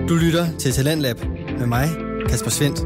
Du lytter til Talentlab med mig, Kasper Svendt.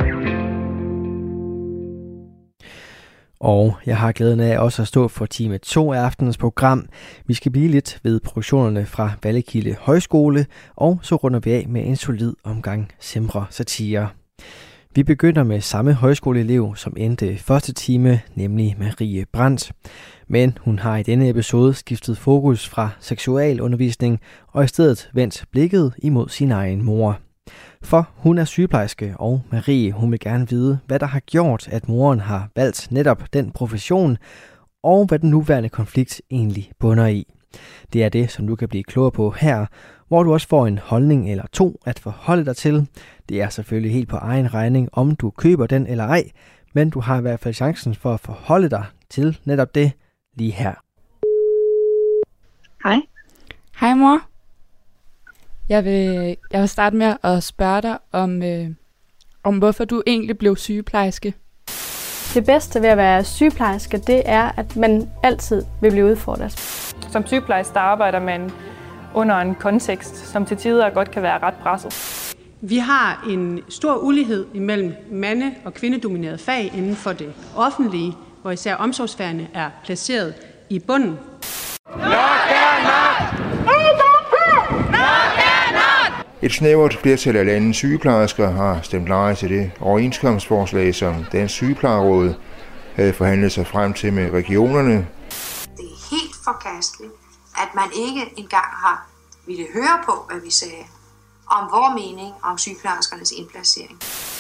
Og jeg har glæden af også at stå for time 2 af aftenens program. Vi skal blive lidt ved produktionerne fra Vallekilde Højskole, og så runder vi af med en solid omgang simre satire. Vi begynder med samme højskoleelev, som endte første time, nemlig Marie Brandt. Men hun har i denne episode skiftet fokus fra seksualundervisning og i stedet vendt blikket imod sin egen mor. For hun er sygeplejerske, og Marie hun vil gerne vide, hvad der har gjort, at moren har valgt netop den profession, og hvad den nuværende konflikt egentlig bunder i. Det er det, som du kan blive klogere på her, hvor du også får en holdning eller to at forholde dig til. Det er selvfølgelig helt på egen regning, om du køber den eller ej, men du har i hvert fald chancen for at forholde dig til netop det lige her. Hej. Hej mor. Jeg vil starte med at spørge dig om hvorfor du egentlig blev sygeplejerske. Det bedste ved at være sygeplejerske, det er, at man altid vil blive udfordret. Som sygeplejerske, der arbejder man under en kontekst, som til tider godt kan være ret presset. Vi har en stor ulighed imellem mande- og kvindedominerede fag inden for det offentlige, hvor især omsorgsfagene er placeret i bunden. Et snævert flertal af landets sygeplejersker har stemt nej til det overenskomstforslag, som Dansk Sygeplejeråd havde forhandlet sig frem til med regionerne. Det er helt forkasteligt, at man ikke engang har ville høre på, hvad vi sagde om vores mening om sygeplejerskernes indplacering.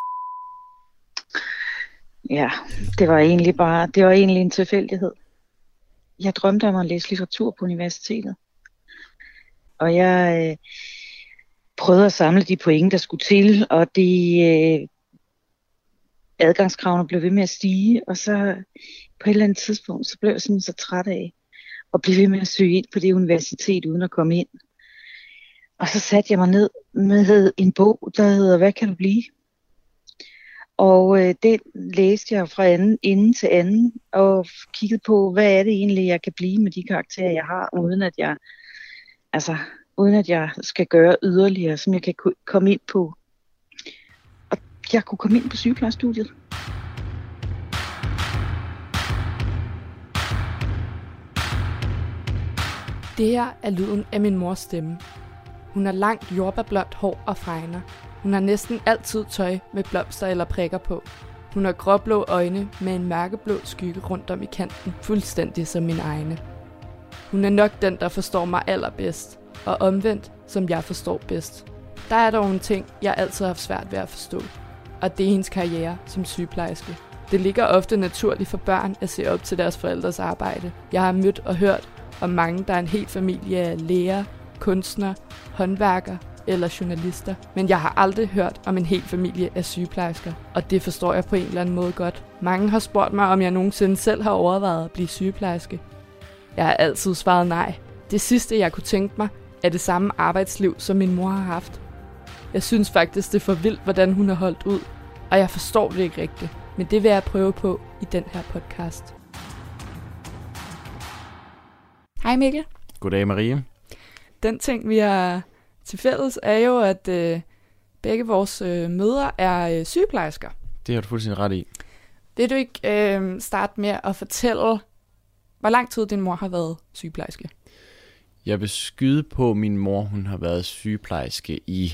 Ja, det var egentlig en tilfældighed. Jeg drømte om at læse litteratur på universitetet. Og jeg prøvede at samle de point, der skulle til, og adgangskravene blev ved med at stige, og så på et eller andet tidspunkt, så blev jeg simpelthen så træt af at blive ved med at søge ind på det universitet, uden at komme ind. Og så satte jeg mig ned med en bog, der hedder Hvad kan du blive? Og den læste jeg fra ende til anden, og kiggede på, hvad er det egentlig, jeg kan blive med de karakterer, jeg har, uden at jeg skal gøre yderligere, som jeg kan komme ind på. Og jeg kunne komme ind på sygeplejestudiet. Det her er lyden af min mors stemme. Hun har langt jordbærblondt hår og fregner. Hun har næsten altid tøj med blomster eller prikker på. Hun har gråblå øjne med en mørkeblå skygge rundt om i kanten, fuldstændig som min egne. Hun er nok den, der forstår mig allerbedst, og omvendt, som jeg forstår bedst. Der er dog en ting, jeg altid har haft svært ved at forstå, og det er hendes karriere som sygeplejerske. Det ligger ofte naturligt for børn at se op til deres forældres arbejde. Jeg har mødt og hørt om mange, der er en hel familie af læger, kunstnere, håndværkere eller journalister. Men jeg har aldrig hørt om en hel familie af sygeplejersker, og det forstår jeg på en eller anden måde godt. Mange har spurgt mig, om jeg nogensinde selv har overvejet at blive sygeplejerske. Jeg har altid svaret nej. Det sidste, jeg kunne tænke mig, er det samme arbejdsliv, som min mor har haft. Jeg synes faktisk, det er for vildt, hvordan hun har holdt ud, og jeg forstår det ikke rigtigt. Men det vil jeg prøve på i den her podcast. Hej Mikkel. Goddag Marie. Den ting, vi har til fælles, er jo, at begge vores mødre er sygeplejersker. Det har du fuldstændig ret i. Vil du ikke starte med at fortælle, hvor lang tid din mor har været sygeplejerske? Jeg vil skyde på, at min mor hun har været sygeplejerske i...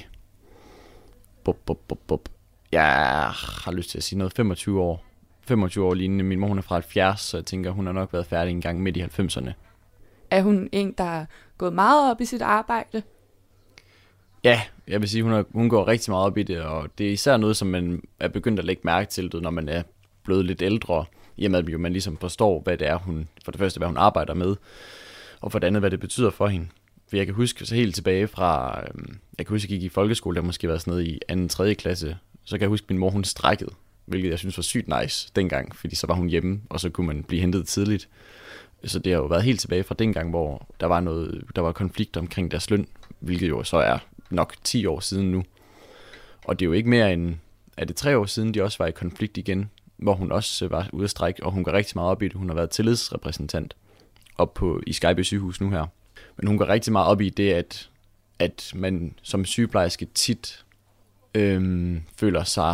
Jeg har lyst til at sige noget 25 år. 25 år lignende. Min mor hun er fra 70, så jeg tænker, hun har nok været færdig en gang midt i 90'erne. Er hun en, der er gået meget op i sit arbejde? Ja, jeg vil sige, hun går rigtig meget op i det, og det er især noget, som man er begyndt at lægge mærke til, når man er blevet lidt ældre, i og med at man ligesom forstår, hvad det er, for det første, hvad hun arbejder med, og for det andet, hvad det betyder for hende. For jeg kan huske så helt tilbage fra, jeg gik i folkeskole, der måske var sådan noget i 2. og 3. klasse, så kan jeg huske, at min mor hun strækkede, hvilket jeg synes var sygt nice dengang, fordi så var hun hjemme, og så kunne man blive hentet tidligt. Så det har jo været helt tilbage fra dengang, hvor der var konflikt omkring deres løn, hvilket jo så er nok 10 år siden nu. Og det er jo ikke mere end, er det 3 år siden, de også var i konflikt igen, hvor hun også var ude at strække, og hun går rigtig meget op i det. Hun har været tillidsrepræsentant op i Skejby sygehus nu her. Men hun går rigtig meget op i det, at man som sygeplejerske tit føler sig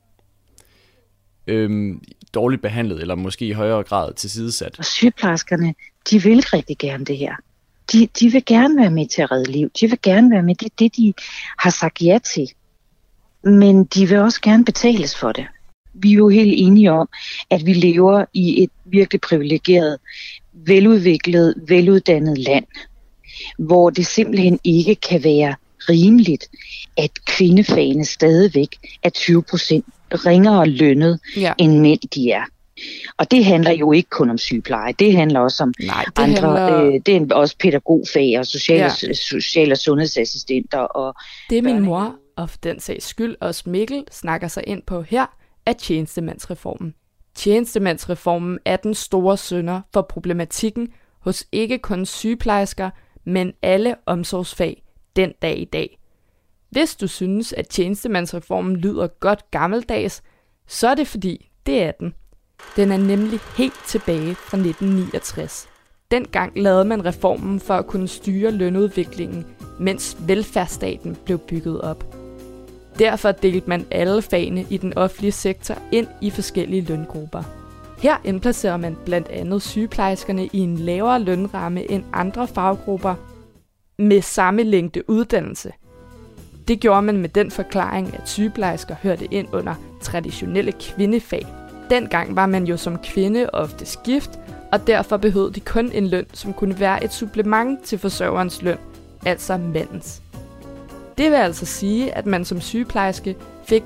dårligt behandlet, eller måske i højere grad tilsidesat. Og sygeplejerskerne, de vil rigtig gerne det her. De vil gerne være med til at redde liv. De vil gerne være med. Det er det, de har sagt ja til. Men de vil også gerne betales for det. Vi er jo helt enige om, at vi lever i et virkelig privilegeret, veludviklet, veluddannet land, hvor det simpelthen ikke kan være rimeligt, at kvindefagene stadigvæk er 20% ringere lønnet, end mænd de er. Og det handler jo ikke kun om sygepleje, det handler også om det er også pædagogfag og social- og sundhedsassistenter. Og det min mor, og for den sags skyld også Mikkel, snakker sig ind på her, er tjenestemandsreformen. Tjenestemandsreformen er den store synder for problematikken hos ikke kun sygeplejersker, men alle omsorgsfag den dag i dag. Hvis du synes, at tjenestemandsreformen lyder godt gammeldags, så er det fordi, det er den. Den er nemlig helt tilbage fra 1969. Dengang lavede man reformen for at kunne styre lønudviklingen, mens velfærdsstaten blev bygget op. Derfor delte man alle fagene i den offentlige sektor ind i forskellige løngrupper. Her indplacerer man blandt andet sygeplejerskerne i en lavere lønramme end andre faggrupper med samme længde uddannelse. Det gjorde man med den forklaring, at sygeplejersker hørte ind under traditionelle kvindefag. Dengang var man jo som kvinde ofte gift, og derfor behøvede de kun en løn, som kunne være et supplement til forsørgerens løn, altså mandens. Det vil altså sige, at man som sygeplejerske fik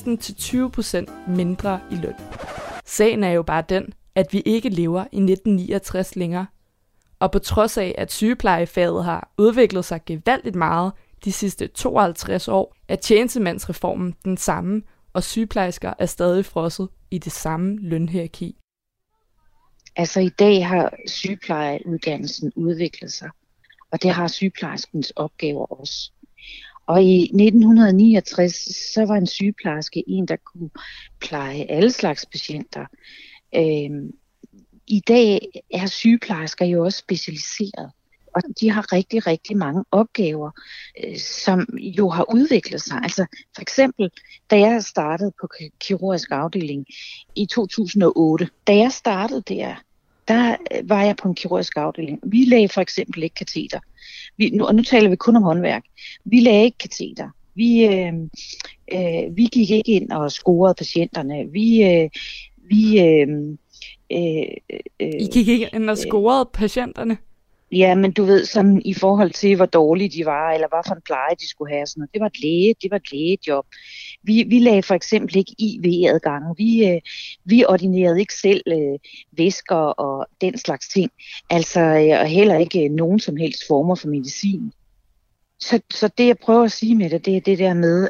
16-20% mindre i løn. Sagen er jo bare den, at vi ikke lever i 1969 længere. Og på trods af, at sygeplejefaget har udviklet sig gevaldigt meget de sidste 52 år, er tjenestemandsreformen den samme, og sygeplejersker er stadig frosset i det samme lønhierarki. Altså i dag har sygeplejeuddannelsen udviklet sig, og det har sygeplejerskens opgaver også. Og i 1969, så var en sygeplejerske en, der kunne pleje alle slags patienter. I dag er sygeplejersker jo også specialiseret, og de har rigtig, rigtig mange opgaver, som jo har udviklet sig. Altså for eksempel, da jeg startede på kirurgisk afdeling i 2008, da jeg startede der var jeg på en kirurgisk afdeling. Vi lagde for eksempel ikke kateter. Nu taler vi kun om håndværk. Vi lagde ikke kateter. Vi gik ikke ind og scorede patienterne. I gik ikke ind og scorede patienterne? Ja, men du ved, sådan i forhold til, hvor dårlige de var, eller hvad for en pleje de skulle have. Sådan noget. Det var et lægejob. Vi lagde for eksempel ikke IV-adgangen. Vi ordinerede ikke selv væsker og den slags ting. Altså, og heller ikke nogen som helst former for medicin. Så det, jeg prøver at sige med det er det der med,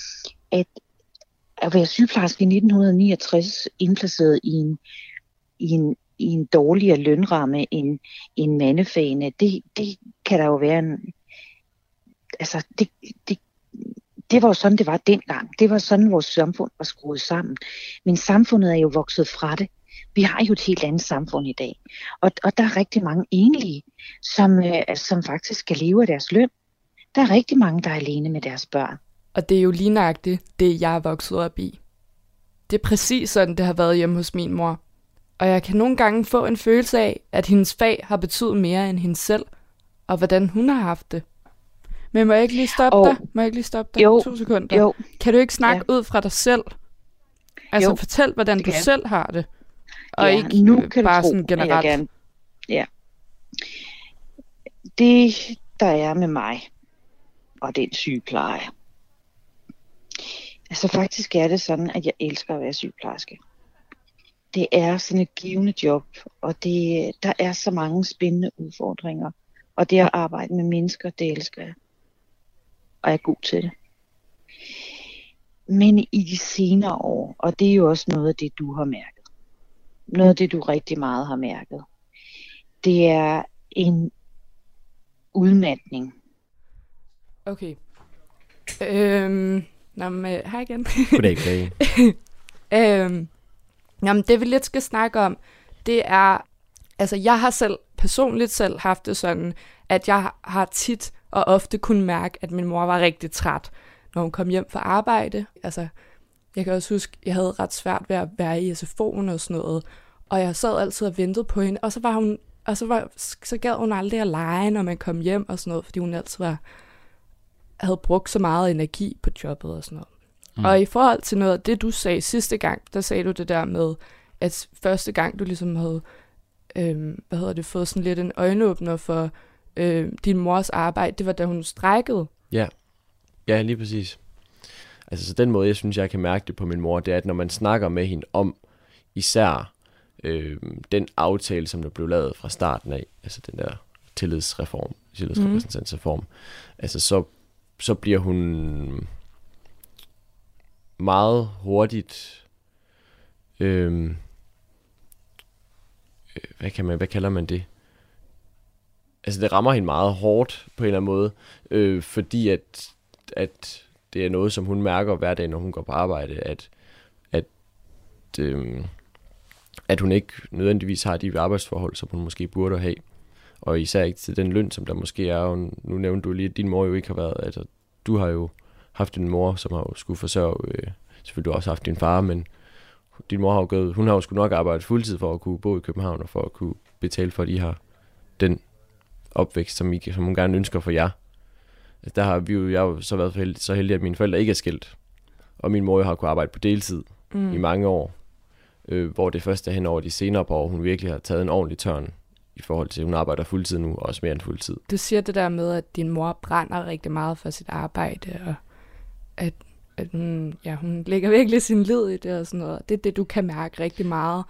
at være sygeplejerske i 1969 indplaceret i en dårligere lønramme end mandefagene, det kan der jo være altså det var jo sådan, det var dengang. Det var sådan, vores samfund var skruet sammen. Men samfundet er jo vokset fra det. Vi har jo et helt andet samfund i dag. Og der er rigtig mange enlige, som faktisk skal leve af deres løn. Der er rigtig mange, der er alene med deres børn. Og det er jo lige nøjagtigt det, jeg er vokset op i. Det er præcis sådan, det har været hjemme hos min mor. Og jeg kan nogle gange få en følelse af, at hendes fag har betydet mere end hende selv, og hvordan hun har haft det. Men må jeg ikke lige stoppe dig? Jo, 2 sekunder. Jo. Kan du ikke snakke ud fra dig selv? Altså fortæl, hvordan du selv har det. Og ikke nu kan bare du tro, sådan generelt. Ja. Det, der er med mig, og den sygepleje. Altså faktisk er det sådan, at jeg elsker at være sygeplejerske. Det er sådan et givende job, og der er så mange spændende udfordringer. Og det at arbejde med mennesker, det elsker jeg. Og jeg er god til det. Men i de senere år, og det er jo også noget af det, du har mærket. Noget af det, du rigtig meget har mærket. Det er en udmatning. Okay. Hej igen. Goddag. Jamen, det vi lidt skal snakke om, det er, altså jeg har personligt selv haft det sådan, at jeg har tit og ofte kunne mærke, at min mor var rigtig træt, når hun kom hjem fra arbejde. Altså, jeg kan også huske, jeg havde ret svært ved at være i SFO'en og sådan noget, og jeg sad altid og ventede på hende, og så gad hun aldrig at lege, når man kom hjem og sådan noget, fordi hun altid havde brugt så meget energi på jobbet og sådan noget. Og i forhold til noget af det, du sagde sidste gang, der sagde du det der med, at første gang du ligesom havde fået sådan lidt en øjenåbner for din mors arbejde, det var da hun strejkede. Ja, lige præcis. Altså så den måde, jeg synes, jeg kan mærke det på min mor, det er, at når man snakker med hende om især den aftale, som der blev lavet fra starten af, altså den der tillidsrepræsentantsreform, altså så bliver hun meget hurtigt hvad kalder man det? Altså det rammer hende meget hårdt på en eller anden måde, fordi at det er noget, som hun mærker hver dag, når hun går på arbejde, at hun ikke nødvendigvis har de arbejdsforhold, som hun måske burde have, og især ikke til den løn, som der måske er. Og nu nævnte du lige, at din mor jo ikke har været, altså du har jo haft en mor, som har jo skulle forsørge, selvfølgelig du har også haft din far, men din mor har jo gået, hun har jo sgu nok arbejdet fuldtid for at kunne bo i København, og for at kunne betale for, at I har den opvækst, som hun gerne ønsker for jer. Altså, der har jeg har jo så været så heldig, at mine forældre ikke er skilt, og min mor har kunnet arbejde på deltid i mange år, hvor det først er hen over de senere par år, hun virkelig har taget en ordentlig tørn i forhold til, at hun arbejder fuldtid nu, og også mere end fuldtid. Du siger det der med, at din mor brænder rigtig meget for sit arbejde, og at hun lægger virkelig sin lid i det og sådan noget. Det er det, du kan mærke rigtig meget.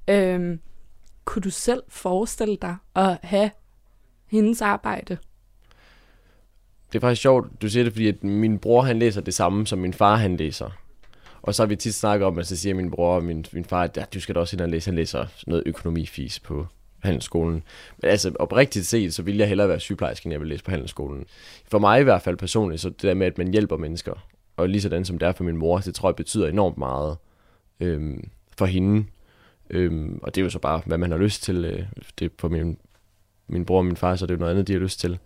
Kunne du selv forestille dig at have hendes arbejde? Det er faktisk sjovt, du siger det, fordi at min bror, han læser det samme, som min far, han læser. Og så har vi tit snakket om, at så siger min bror og min far, at du skal da også ind og læse. Han læser noget økonomifis på handelsskolen. Men altså oprigtigt set, så vil jeg hellere være sygeplejerske, end jeg vil læse på handelsskolen. For mig i hvert fald personligt, så det der med, at man hjælper mennesker, og lige sådan som det er for min mor, det tror jeg betyder enormt meget for hende. Og det er jo så bare, hvad man har lyst til. Det for min bror og min far, så det er jo noget andet, de har lyst til.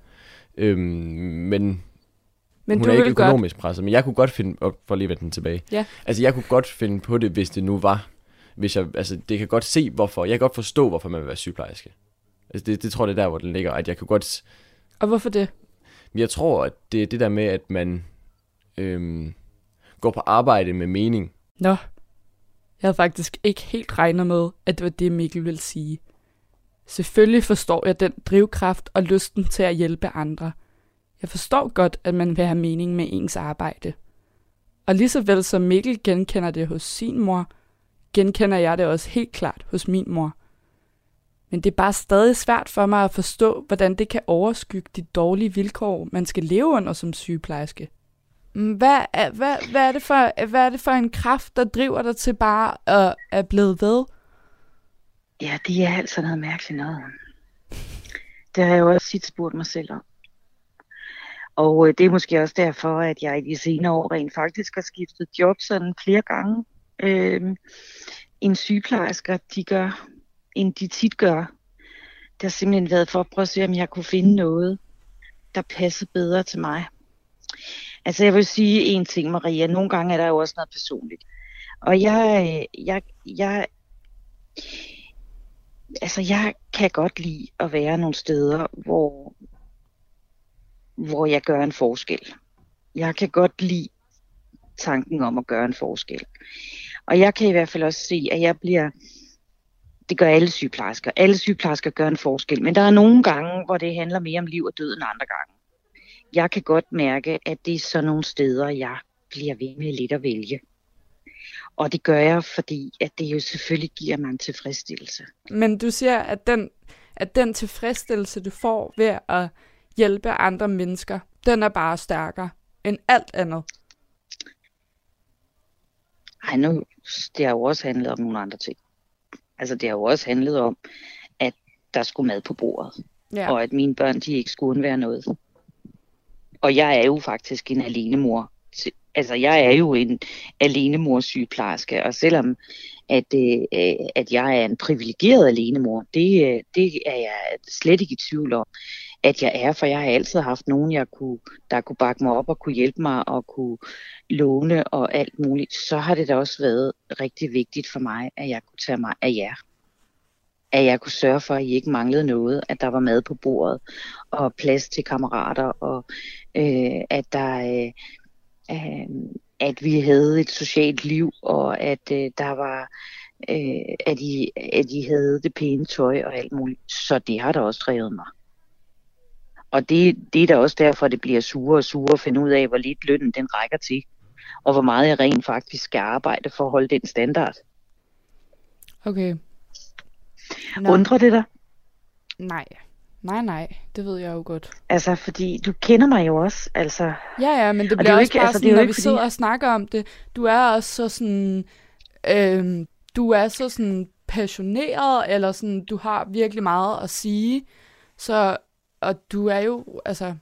Men hun er ikke økonomisk presset, men jeg kunne godt finde, for lige at vende den tilbage, altså jeg kunne godt finde på det, hvis det nu var, det kan godt se, hvorfor, jeg kan godt forstå, hvorfor man vil være sygeplejerske. Altså det tror jeg, det er der, hvor den ligger, at jeg kan godt... Og hvorfor det? Jeg tror, at det er det der med, at man går på arbejde med mening. Nå, jeg havde faktisk ikke helt regnet med, at det var det, Mikkel ville sige. Selvfølgelig forstår jeg den drivkraft og lysten til at hjælpe andre. Jeg forstår godt, at man vil have mening med ens arbejde. Og lige så vel som Mikkel genkender det hos sin mor, genkender jeg det også helt klart hos min mor. Men det er bare stadig svært for mig at forstå, hvordan det kan overskygge de dårlige vilkår, man skal leve under som sygeplejerske. Hvad er det for en kraft, der driver dig til bare at er blevet ved? Ja, det er altså noget mærkeligt noget. Det har jeg jo også tit spurgt mig selv om. Og det er måske også derfor, at jeg i de senere år rent faktisk har skiftet job sådan flere gange. En sygeplejersker, end de tit gør. Det har simpelthen været for at prøve at se, om jeg kunne finde noget, der passer bedre til mig. Altså jeg vil sige en ting, Maria. Nogle gange er der jo også noget personligt. Og jeg kan godt lide at være nogle steder, hvor jeg gør en forskel. Jeg kan godt lide tanken om at gøre en forskel. Og jeg kan i hvert fald også se, at det gør alle sygeplejersker. Alle sygeplejersker gør en forskel. Men der er nogle gange, hvor det handler mere om liv og død end andre gange. Jeg kan godt mærke, at det er sådan nogle steder, jeg bliver ved med lidt at vælge. Og det gør jeg, fordi at det jo selvfølgelig giver mig en tilfredsstillelse. Men du siger, at den tilfredsstillelse, du får ved at hjælpe andre mennesker, den er bare stærkere end alt andet. Ej, nu, det har jo også handlet om nogle andre ting. Altså, det har jo også handlet om, at der skulle mad på bordet. Ja. Og at mine børn, de ikke skulle undvære noget. Og jeg er jo faktisk en alenemor. Altså, jeg er jo en alenemor-sygeplejerske, og selvom at jeg er en privilegeret alenemor, det er jeg slet ikke i tvivl om. at jeg er, for jeg har altid haft nogen, der kunne bakke mig op og kunne hjælpe mig og kunne låne og alt muligt, så har det da også været rigtig vigtigt for mig, at jeg kunne tage mig af jer. At jeg kunne sørge for, at I ikke manglede noget, at der var mad på bordet og plads til kammerater, og at vi havde et socialt liv, og at der var at I havde det pæne tøj og alt muligt. Så det har da også drevet mig. Og det er da også derfor, det bliver surere og surere at finde ud af, hvor lidt lønnen den rækker til, og hvor meget jeg rent faktisk skal arbejde for at holde den standard. Okay. Undrer det dig? Nej, det ved jeg jo godt. Altså, fordi du kender mig jo også, altså. Ja, men det bliver også bare sådan, når vi sidder og snakker om det, du er også så sådan, du er så sådan passioneret, eller sådan, du har virkelig meget at sige, så, og du er jo, altså,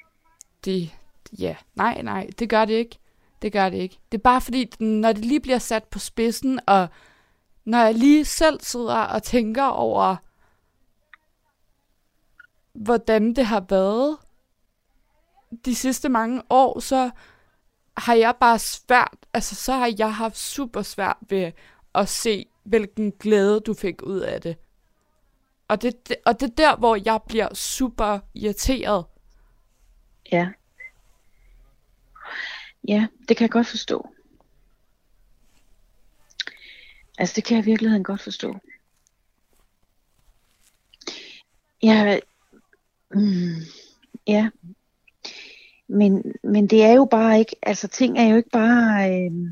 nej, det gør det ikke. Det gør det ikke. Det er bare fordi, når det lige bliver sat på spidsen, og når jeg lige selv sidder og tænker over, hvordan det har været de sidste mange år, så har jeg bare så har jeg haft super svært ved at se, hvilken glæde du fik ud af det. Og det er der, hvor jeg bliver super irriteret. Ja. Ja, det kan jeg godt forstå. Altså, det kan jeg i virkeligheden godt forstå. Ja. Men det er jo bare ikke, altså ting er jo ikke bare,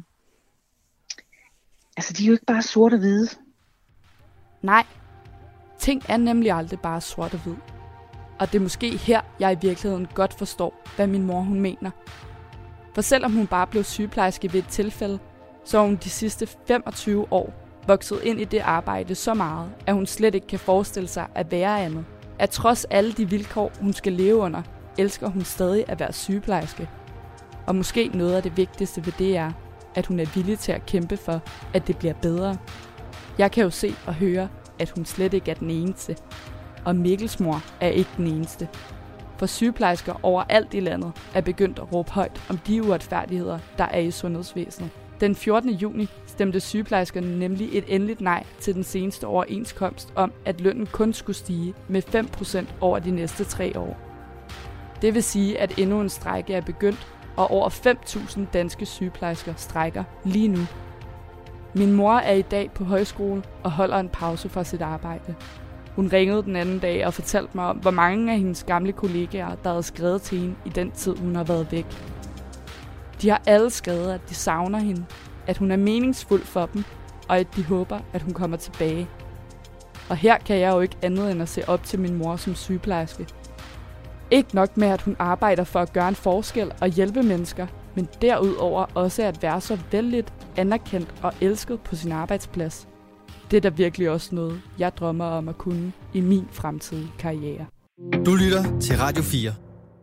altså de er jo ikke bare sort og hvide. Nej, ting er nemlig aldrig bare sort og hvid. Og det er måske her, jeg i virkeligheden godt forstår, hvad min mor hun mener. For selvom hun bare blev sygeplejerske ved et tilfælde, så har hun de sidste 25 år vokset ind i det arbejde så meget, at hun slet ikke kan forestille sig at være andet. At trods alle de vilkår, hun skal leve under, elsker hun stadig at være sygeplejerske. Og måske noget af det vigtigste ved det er, at hun er villig til at kæmpe for, at det bliver bedre. Jeg kan jo se og høre, at hun slet ikke er den eneste. Og Mikkels mor er ikke den eneste. For sygeplejersker overalt i landet er begyndt at råbe højt om de uretfærdigheder, der er i sundhedsvæsenet. Den 14. juni stemte sygeplejerskerne nemlig et endeligt nej til den seneste overenskomst om, at lønnen kun skulle stige med 5% over de næste 3 år. Det vil sige, at endnu en strejke er begyndt, og over 5.000 danske sygeplejersker strejker lige nu. Min mor er i dag på højskole og holder en pause fra sit arbejde. Hun ringede den anden dag og fortalte mig om, hvor mange af hendes gamle kollegaer, der havde skrevet til hende i den tid, hun har været væk. De har alle skrevet, at de savner hende, at hun er meningsfuld for dem, og at de håber, at hun kommer tilbage. Og her kan jeg jo ikke andet end at se op til min mor som sygeplejerske. Ikke nok med, at hun arbejder for at gøre en forskel og hjælpe mennesker, men derudover også at være så vældigt, anerkendt og elsket på sin arbejdsplads. Det er da virkelig også noget, jeg drømmer om at kunne i min fremtidige karriere. Du lytter til Radio 4.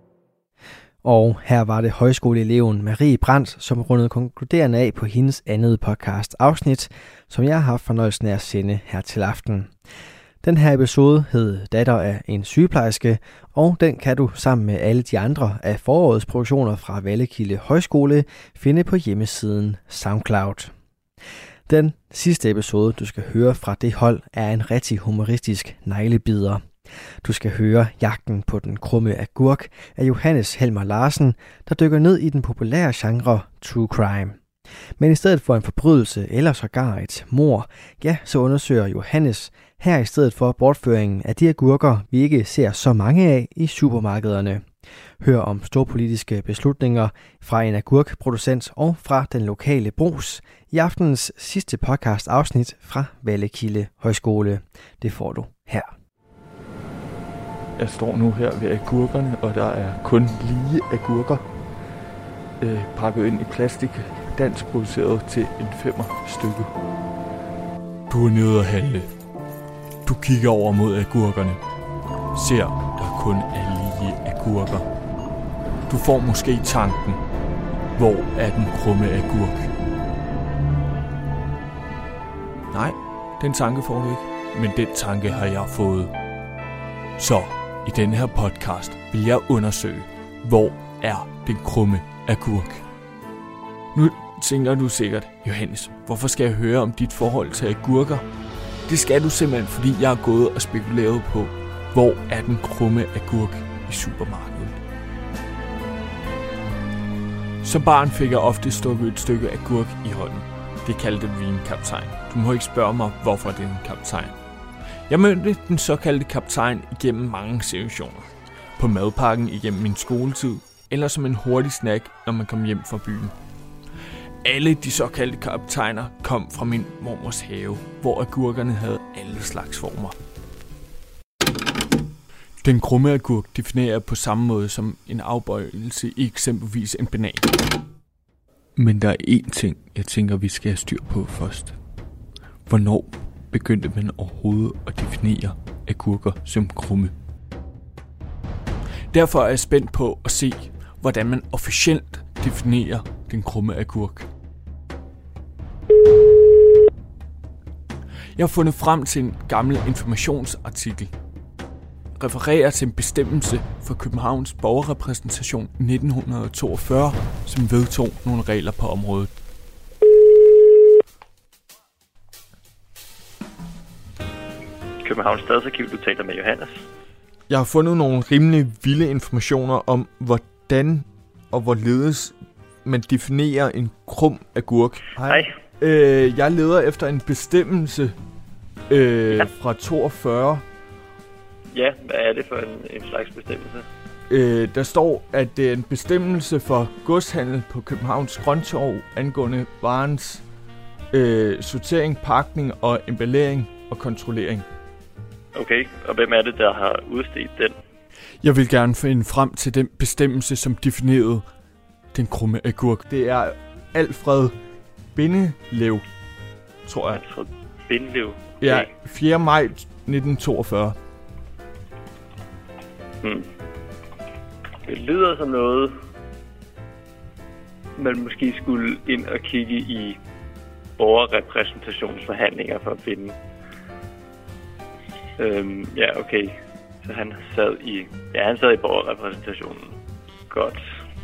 Og her var det højskoleeleven Marie Brandt, som rundede konkluderende af på hendes andet podcast afsnit, som jeg har haft fornøjelsen af at sende her til aften. Den her episode hed Datter af en sygeplejerske, og den kan du sammen med alle de andre af forårets produktioner fra Vallekilde Højskole finde på hjemmesiden SoundCloud. Den sidste episode, du skal høre fra det hold, er en rigtig humoristisk neglebider. Du skal høre Jagten på den krumme agurk af Johannes Helmer Larsen, der dykker ned i den populære genre True Crime. Men i stedet for en forbrydelse eller sågar et mord, ja, så undersøger Johannes her i stedet for bortføringen af de agurker, vi ikke ser så mange af i supermarkederne. Hør om storpolitiske beslutninger fra en agurkproducent og fra den lokale brugs i aftenens sidste podcast afsnit fra Vallekilde Højskole. Det får du her. Jeg står nu her ved agurkerne, og der er kun lige agurker pakket ind i plastik, dansk produceret til en 5'er stykke. Du er nede at handle. Du kigger over mod agurkerne. Ser, der kun er lige agurker. Du får måske tanken, hvor er den krumme agurk? Nej, den tanke får du ikke, men den tanke har jeg fået. Så, I denne her podcast vil jeg undersøge, hvor er den krumme agurk? Nu tænker du sikkert, Johannes, hvorfor skal jeg høre om dit forhold til agurker? Det skal du simpelthen, fordi jeg har gået og spekuleret på, hvor er den krumme agurk i supermarkedet. Som barn fik jeg ofte stukket et stykke agurk i hånden. Det kaldte vi en kaptajn. Du må ikke spørge mig, hvorfor det er en kaptajn. Jeg mødte den såkaldte kaptajn igennem mange situationer. På madpakken igennem min skoletid, eller som en hurtig snack, når man kom hjem fra byen. Alle de såkaldte kaptajner kom fra min mormors have, hvor agurkerne havde alle slags former. Den krumme agurk definerer jeg på samme måde som en afbøjelse i eksempelvis en banan. Men der er én ting, jeg tænker, vi skal have styr på først. Hvornår begyndte man overhovedet at definere agurker som krumme? Derfor er jeg spændt på at se, hvordan man officielt definerer den krumme agurk. Jeg har fundet frem til en gammel informationsartikel. Refererer til en bestemmelse fra Københavns borgerrepræsentation i 1942, som vedtog nogle regler på området. Københavns Stadsarkiv, du taler med Johannes. Jeg har fundet nogle rimelig vilde informationer om, hvordan og hvorledes man definerer en krum agurk. Hej. Jeg leder efter en bestemmelse fra 42. Ja, hvad er det for en slags bestemmelse? Der står, at det er en bestemmelse for godshandel på Københavns Grøntorv angående varens sortering, pakning og emballering og kontrollering. Okay, og hvem er det, der har udstedt den? Jeg vil gerne finde frem til den bestemmelse, som definerede den krumme agurk. Det er Alfred Bindelev, tror jeg. Alfred Bindelev? Okay. Ja, 4. maj 1942. Det lyder som noget, man måske skulle ind og kigge i borgerrepræsentationsforhandlinger for at finde. Ja, okay. Så han sad i borgerrepræsentationen. Godt.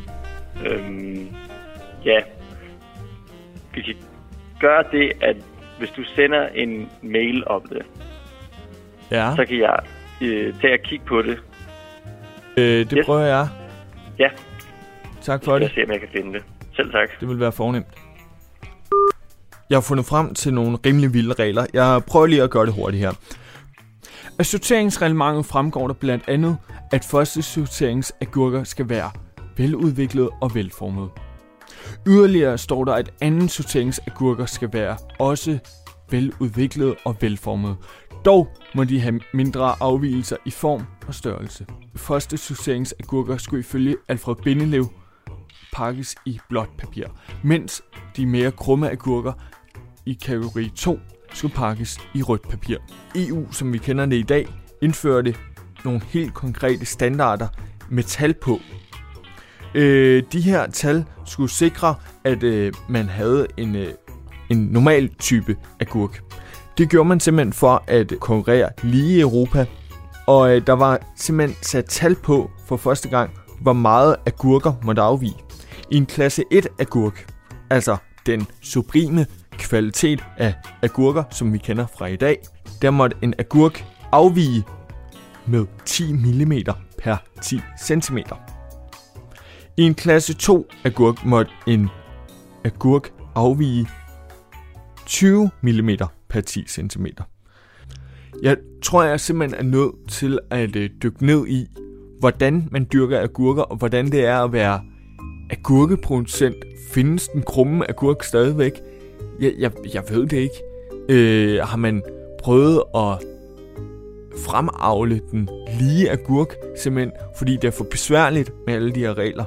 Ja. Vi kan gøre det, at hvis du sender en mail om det, ja, så kan jeg tage og kigge på det. Det prøver jeg. Ja. Tak for det. Jeg skal se, om jeg kan finde det. Selv tak. Det vil være fornemt. Jeg har fundet frem til nogle rimelig vilde regler. Jeg prøver lige at gøre det hurtigt her. Af sorteringsreglementet fremgår der blandt andet, at første sorteringsagurker skal være veludviklede og velformede. Yderligere står der, at anden sorteringsagurker skal være også veludviklede og velformede. Dog må de have mindre afvigelser i form og størrelse. Første sorteringsagurker skulle ifølge Alfred Bindelev pakkes i blåt papir, mens de mere krumme agurker i kategori 2 skulle pakkes i rødt papir. EU, som vi kender det i dag, indførte nogle helt konkrete standarder med tal på. De her tal skulle sikre, at man havde en normal type agurk. Det gjorde man simpelthen for at konkurrere lige i Europa, og der var simpelthen sat tal på for første gang, hvor meget agurker måtte afvige. I en klasse 1 agurk, altså den sublime kvalitet af agurker, som vi kender fra i dag, der måtte en agurk afvige med 10 mm per 10 cm. I en klasse 2 agurk måtte en agurk afvige 20 mm per 10 cm. Jeg tror, jeg simpelthen er nødt til at dykke ned i, hvordan man dyrker agurker, og hvordan det er at være agurkeproducent. Findes den krumme agurk stadigvæk? Jeg ved det ikke. Har man prøvet at fremavle den lige agurk, simpelthen fordi det er for besværligt med alle de her regler?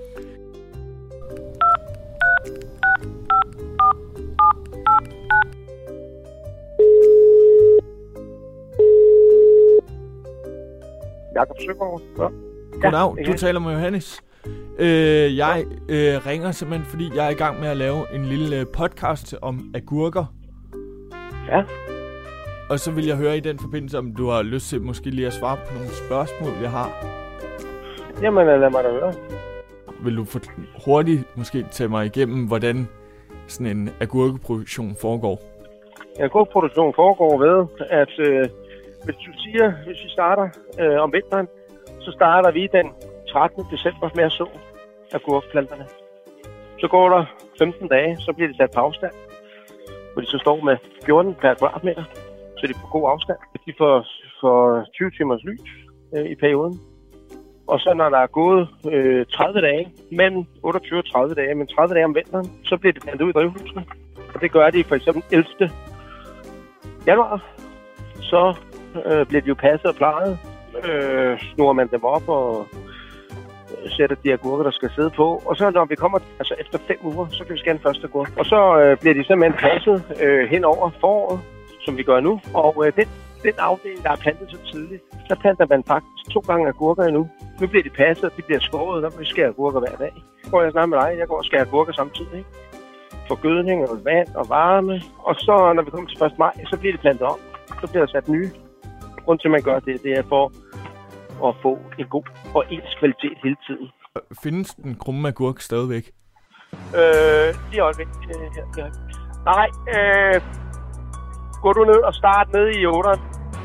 Jakob Søgaard. Ja. Goddag, du taler med Johannes. Jeg ringer simpelthen, fordi jeg er i gang med at lave en lille podcast om agurker. Ja. Og så vil jeg høre i den forbindelse, om du har lyst til måske lige at svare på nogle spørgsmål, jeg har. Jamen, lad mig da høre. Vil du hurtigt måske tage mig igennem, hvordan sådan en agurkeproduktion foregår? En agurkeproduktion foregår ved, at hvis vi starter om vinteren, så starter vi den 13. december med at så agurkplanterne. Så går der 15 dage, så bliver de sat på afstand, hvor de så står med 14 per kvadratmeter, så de får god afstand. De får 20 timers lys i perioden. Og så når der er gået 30 dage, mellem 28 og 30 dage, men 30 dage om vinteren, så bliver det plantet ud i drivhusene. Og det gør de for eksempel 11. januar. Så bliver de jo passet og plejet. Snurrer man dem op og sætter de agurker, der skal sidde på. Og så når vi kommer, altså efter 5 uger, så kan vi skære den første agurk. Og så bliver de simpelthen passet hen over foråret, som vi gør nu. Og den afdeling, der er plantet så tidligt, der planter man faktisk 2 gange agurker endnu. Nu bliver de passet, og de bliver skåret, der vil skære agurker hver dag. Så går jeg snart med dig, jeg går og skærer agurker samtidig, ikke? For gødning og vand og varme. Og så når vi kommer til 1. maj, så bliver de plantet om. Så bliver der sat nye. Grunden til, at man gør det er for at få en god og ens kvalitet hele tiden. Findes den krumme agurk stadigvæk? Lige øjeblik. Nej, går du ned og start ned i 8'eren.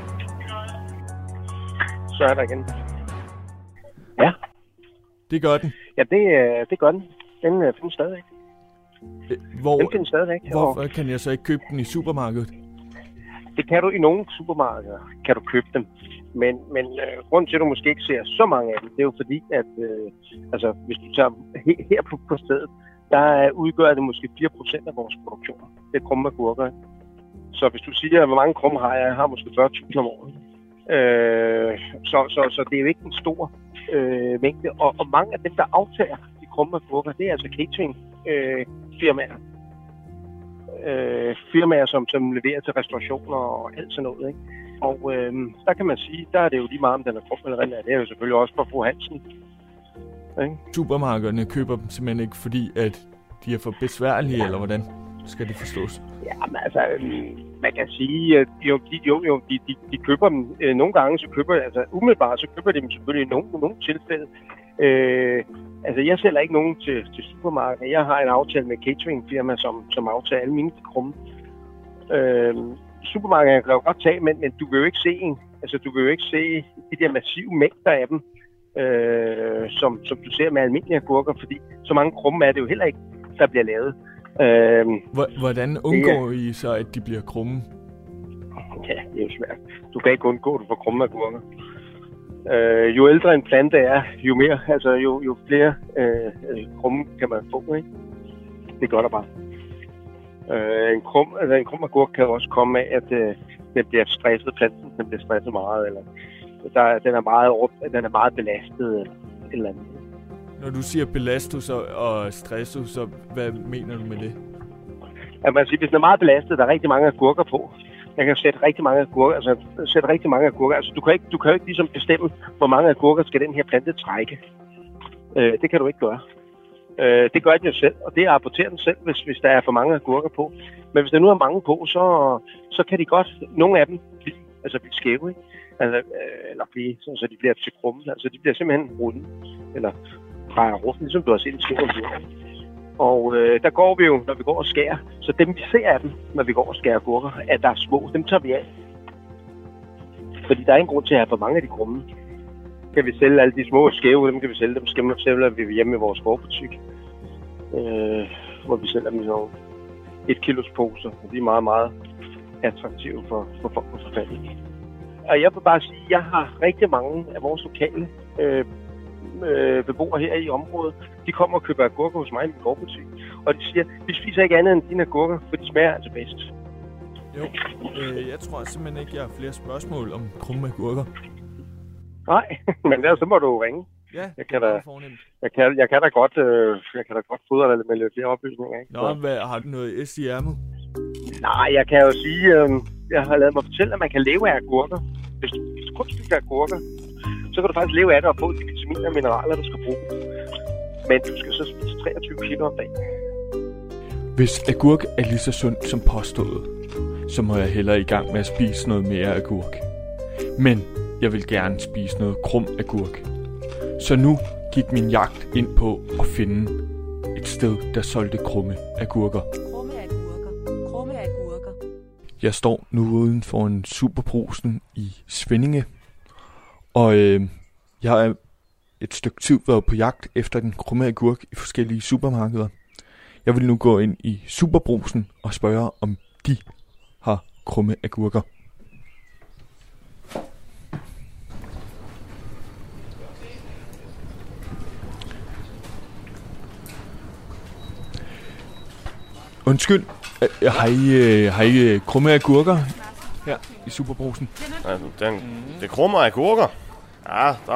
Så er der igen. Ja. Det gør den? Ja, det gør den. Den findes stadigvæk. Den findes stadigvæk. Hvorfor kan jeg så ikke købe den i supermarkedet? Det kan du i nogle supermarkeder, kan du købe dem. Men grunden til, at du måske ikke ser så mange af dem, det er jo fordi, at altså, hvis du tager her på stedet, der udgør det måske 4% af vores produktion. Det er krumme agurker. Så hvis du siger, hvor mange krumme har jeg har måske 40.000 om året. Så det er jo ikke en stor mængde. Og mange af dem, der aftager de krumme agurker, det er altså catering firmaer. Firmaer, som leverer til restaurationer og alt sådan noget, ikke? Og der kan man sige, der er det jo lige meget, om den er krum eller rent. Det er jo selvfølgelig også for fru Hansen. Ikke? Supermarkederne køber dem simpelthen ikke, fordi at de er for besværlige, eller hvordan skal det forstås? Ja, men altså, man kan sige, at de køber dem. Nogle gange, så køber altså umiddelbart, så køber de dem selvfølgelig i nogle tilfælde. Altså, jeg sælger ikke nogen til supermarkedet. Jeg har en aftale med cateringfirma, som aftager alle mine krumme. Supermarkedet kan jo godt tage, men du vil jo ikke se de der massive mængder af dem, som du ser med almindelige agurker, fordi så mange krumme er det jo heller ikke, der bliver lavet. Hvordan undgår I så, at de bliver krumme? Ja, det er jo svært. Du kan ikke undgå, at du får krumme agurker. Jo ældre en plante er, jo mere, altså jo flere krumme kan man få, ikke? Det gør der bare. En krum agurk kan også komme af, at den bliver stresset, planten den bliver stresset meget, eller den er meget belastet, eller andet. Når du siger belastus og stressus, så hvad mener du med det? At man siger, hvis den er meget belastet, der er rigtig mange agurker på. Jeg kan sætte rigtig mange agurker. Altså, du kan jo ikke ligesom bestemme, hvor mange agurker skal den her plante trække. Det kan du ikke gøre. Det gør den jo selv, og det rapporterer den selv, hvis der er for mange agurker på. Men hvis der nu er mange på, så kan de godt, nogle af dem blive skæve, ikke? Altså, eller blive, så de bliver til krumme. Altså, de bliver simpelthen runde, eller drejer rundt, ligesom du har set i skolen. Og der går vi jo, når vi går og skærer. Så dem, vi ser af dem, når vi går og skærer agurker, at der er små, dem tager vi af. Fordi der er ingen grund til at have for mange af de krumme. Kan vi sælge alle de små skæve, dem kan vi sælge. Dem sælger vi hjemme i vores gårdbutik. Hvor vi sælger dem i sådan 1 kilos poser. De er meget, meget attraktive for folk på forfaldet. Og jeg vil bare sige, at jeg har rigtig mange af vores lokale beboere her i området. De kommer og køber agurker hos mig i min gårdbutik. Og de siger, vi spiser ikke andet end dine agurker, for de smager altså bedst. Jo, jeg tror simpelthen ikke, jeg har flere spørgsmål om krumme agurker. Nej, men så må du ringe. Ja, jeg kan da godt fodre dig med lidt flere oplysninger. Ikke? Nå, har du noget S i ærmet? Nej, jeg kan jo sige, jeg har lavet mig fortælle, at man kan leve af agurker. Hvis du kun spiser agurker, så kan du faktisk leve af det og få de vitaminer og mineraler, du skal bruge. Men du skal så spise 23 kilo om dagen. Hvis agurk er lige så sundt som påstået, så må jeg hellere i gang med at spise noget mere agurk. Men jeg vil gerne spise noget krum agurk. Så nu gik min jagt ind på at finde et sted, der solgte krumme agurker. Krumme agurker. Jeg står nu uden for en Superbrugsen i Svinninge, og jeg har et stykke tid været på jagt efter den krumme agurk i forskellige supermarkeder. Jeg vil nu gå ind i Superbrugsen og spørge, om de har krumme agurker. Undskyld, har I krumme agurker her i Superbrugsen? Det krumme agurker? Ja, der